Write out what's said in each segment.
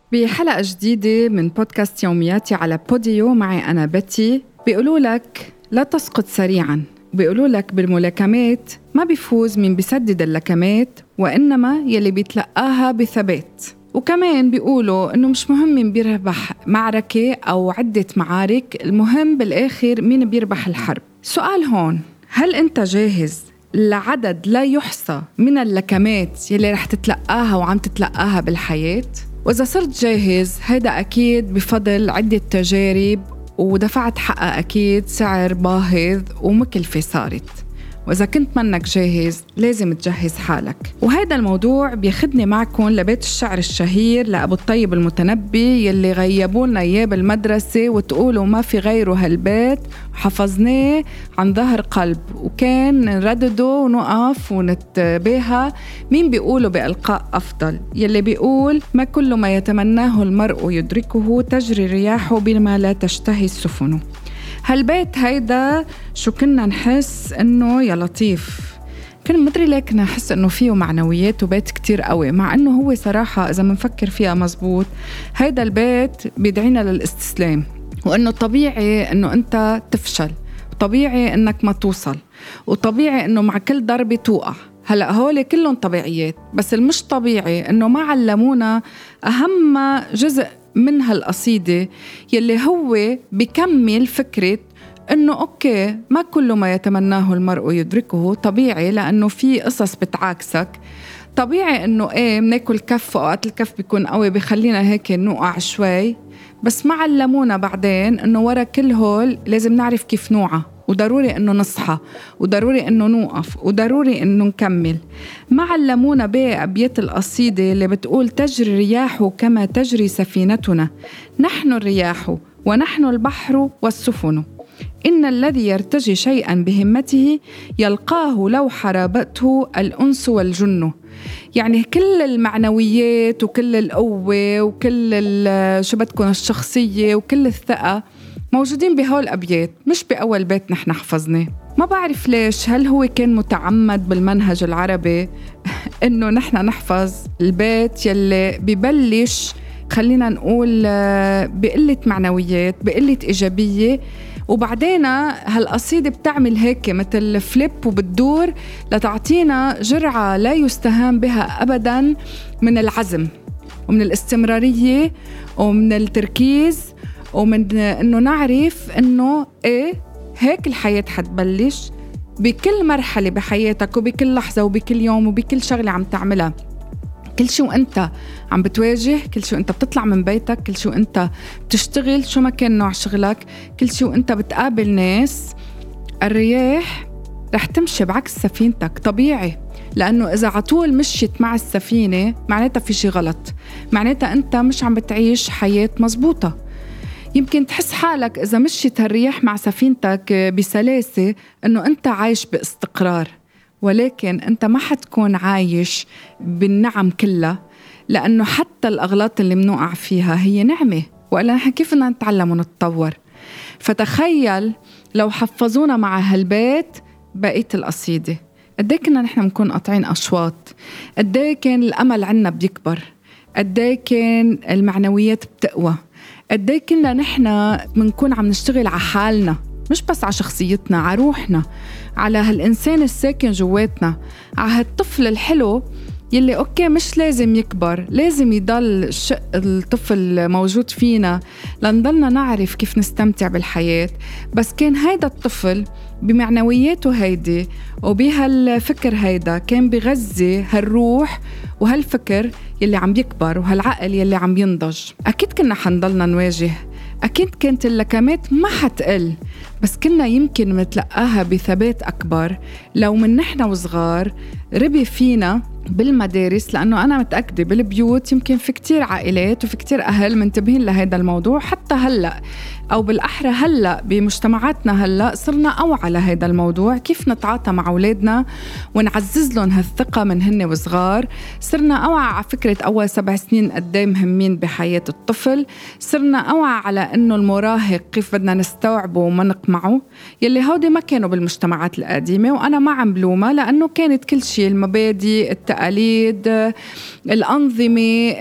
بحلقة جديدة من بودكاست يومياتي على بوديو معي أنا بتي. بيقولوا لك لا تسقط سريعاً، بيقولوا لك بالملاكمات ما بيفوز من بيسدد اللكمات، وإنما يلي بيتلقاها بثبات. وكمان بيقولوا إنه مش مهم مين بيربح معركة أو عدة معارك، المهم بالآخر مين بيربح الحرب. سؤال هون، هل أنت جاهز لعدد لا يحصى من اللكمات يلي رح تتلقاها وعم تتلقاها بالحياة؟ وإذا صرت جاهز، هيدا أكيد بفضل عدة تجارب ودفعت حقها أكيد سعر باهظ ومكلفة صارت. وإذا كنت منك جاهز لازم تجهز حالك. وهذا الموضوع بياخدني معكم لبيت الشعر الشهير لأبو الطيب المتنبي يلي غيبولنا إياه بالمدرسة وتقولوا ما في غيره هالبيت، حفظناه عن ظهر قلب، وكان نردده ونقف ونتباهى مين بيقولوا بألقاء أفضل، يلي بيقول ما كل ما يتمناه المرء يدركه، تجري رياحه بما لا تشتهي السفن. هالبيت هيدا شو كنا نحس إنه يا لطيف، كنا مدري ليك نحس إنه فيه معنويات وبيت كتير قوي، مع إنه هو صراحة إذا منفكر فيها مزبوط هيدا البيت بيدعينا للاستسلام، وإنه طبيعي إنه أنت تفشل، طبيعي إنك ما توصل، وطبيعي إنه مع كل ضربة توقع. هلأ هولي كلهم طبيعيات، بس المش طبيعي إنه ما علمونا أهم جزء من هالقصيدة يلي هو بيكمل فكرة إنه أوكي ما كل ما يتمناه المرء يدركه. طبيعي لأنه في قصص بتعاكسك، طبيعي إنه مناكل كف وقت الكف بيكون قوي بيخلينا هيك نوقع شوي، بس ما علمونا بعدين إنه ورا كل هول لازم نعرف كيف نوعى، وضروري إنه نصحى، وضروري إنه نوقف، وضروري إنه نكمل. ما علمونا بأبيات القصيدة اللي بتقول تجري الرياح كما تجري سفينتنا، نحن الرياح ونحن البحر والسفن، إن الذي يرتجي شيئا بهمته يلقاه لو حاربته الأنس والجن. يعني كل المعنويات وكل القوة وكل شو بدكن الشخصية وكل الثقة موجودين بهول الأبيات، مش بأول بيت نحن حفظناه. ما بعرف ليش، هل هو كان متعمد بالمنهج العربي إنه نحن نحفظ البيت يلي ببلش خلينا نقول بقلة معنويات، بقلة إيجابية، وبعدين هالقصيدة بتعمل هيك مثل فليب وبتدور لتعطينا جرعة لا يستهان بها أبداً من العزم ومن الاستمرارية ومن التركيز، ومن إنه نعرف إنه هيك الحياة حتبلش بكل مرحلة بحياتك وبكل لحظة وبكل يوم وبكل شغلة عم تعملها. كل شيء وانت عم بتواجه، كل شيء وانت بتطلع من بيتك، كل شيء وانت بتشتغل شو ما كان نوع شغلك، كل شيء وانت بتقابل ناس، الرياح رح تمشي بعكس سفينتك. طبيعي، لأنه إذا عطول مشيت مع السفينة معناتها في شيء غلط، معناتها أنت مش عم بتعيش حياة مزبوطة. يمكن تحس حالك إذا مشيت هالرياح مع سفينتك بسلاسة أنه أنت عايش باستقرار، ولكن أنت ما حتكون عايش بالنعم كلها، لأنه حتى الأغلاط اللي منوقع فيها هي نعمة، وإلا نحن كيف بدنا نتعلم ونتطور؟ فتخيل لو حفظونا مع هالبيت بقية القصيدة، قديه كنا نحن نكون قاطعين أشواط، قديه كان الأمل عنا بيكبر، قديه كان المعنويات بتقوى، قديه كنا نحن منكون عم نشتغل على حالنا، مش بس على شخصيتنا، على روحنا، على هالإنسان الساكن جواتنا، على هالطفل الحلو يلي أوكي مش لازم يكبر، لازم يضل شق الطفل موجود فينا لنضلنا نعرف كيف نستمتع بالحياة. بس كان هيدا الطفل بمعنوياته هيدي وبهالفكر هيدا كان بغذي هالروح وهالفكر يلي عم يكبر وهالعقل يلي عم ينضج. أكيد كنا حنضلنا نواجه، أكيد كانت اللكمات ما حتقل، بس كنا يمكن نتلقاها بثبات أكبر لو من نحن وصغار ربي فينا بالمدارس. لأنه أنا متأكدة بالبيوت يمكن في كتير عائلات وفي كتير أهل منتبهين لهذا الموضوع حتى هلأ، أو بالأحرى هلأ بمجتمعاتنا هلأ صرنا أوعى لهذا الموضوع، كيف نتعاطى مع أولادنا ونعزز لهم هالثقة من هن وصغار. صرنا أوعى على فكرة أول 7 سنين قدي مهمين بحياة الطفل. صرنا أوعى على أنه المراهق كيف بدنا نستوعبه وما نقمعه، يلي هودي ما كانوا بالمجتمعات القديمة. وأنا ما عم بلومها لأنه كانت كل شيء، المبادئ، التقاليد، الأنظمة،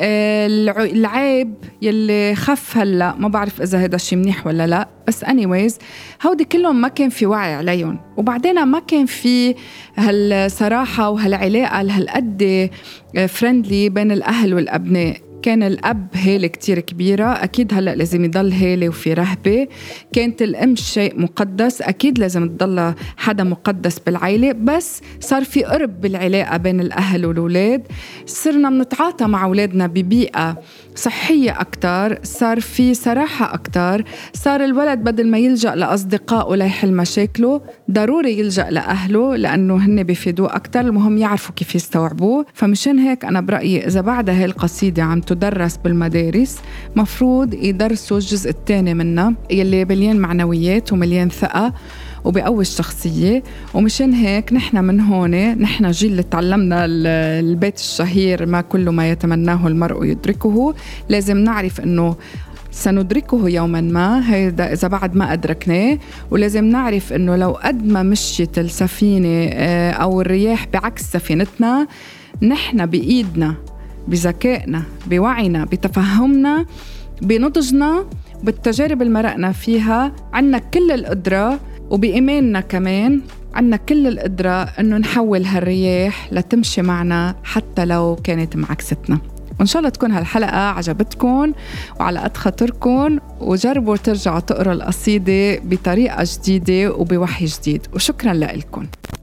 العيب يلي خف هلأ. ما بعرف إذا هذا الشيء منيح ولا لا، بس anyways هودي كلهم ما كان في وعي عليهم. وبعدين ما كان في هالصراحة وهالعلاقة هالقد فريندلي بين الأهل والأبناء. كان الأب هالة كتير كبيرة، أكيد هلأ لازم يضل هالة وفي رهبة. كانت الأم شيء مقدس، أكيد لازم تضل حدا مقدس بالعائلة، بس صار في قرب بالعلاقة بين الأهل والأولاد. صرنا منتعاطى مع أولادنا ببيئة صحية أكتر، صار في صراحة أكتر. صار الولد بدل ما يلجأ لأصدقائه ليحل مشاكله ضروري يلجأ لأهله لأنه هن بيفيدوه أكتر، المهم يعرفوا كيف يستوعبوه. فمشان هيك أنا برأيي إذا بعد هاي القصيدة عم تدرس بالمدارس مفروض يدرسوا الجزء الثاني منها يلي مليان معنويات ومليان ثقة وبقوي الشخصية. ومشان هيك نحن من هون، نحن جيل اللي تعلمنا البيت الشهير ما كل ما يتمناه المرء يدركه. لازم نعرف أنه سندركه يوما ما، هذا إذا بعد ما أدركناه. ولازم نعرف أنه لو قد ما مشيت السفينة أو الرياح بعكس سفينتنا، نحن بإيدنا، بذكائنا، بوعينا، بتفهمنا، بنضجنا، بالتجارب اللي مرقنا فيها، عنا كل القدرة، وبإيماننا كمان عنا كل القدرة أنه نحول هالرياح لتمشي معنا حتى لو كانت معكستنا. وإن شاء الله تكون هالحلقة عجبتكم وعلى قد خاطركم، وجربوا ترجعوا تقروا القصيدة بطريقة جديدة وبوحي جديد. وشكرا لكم.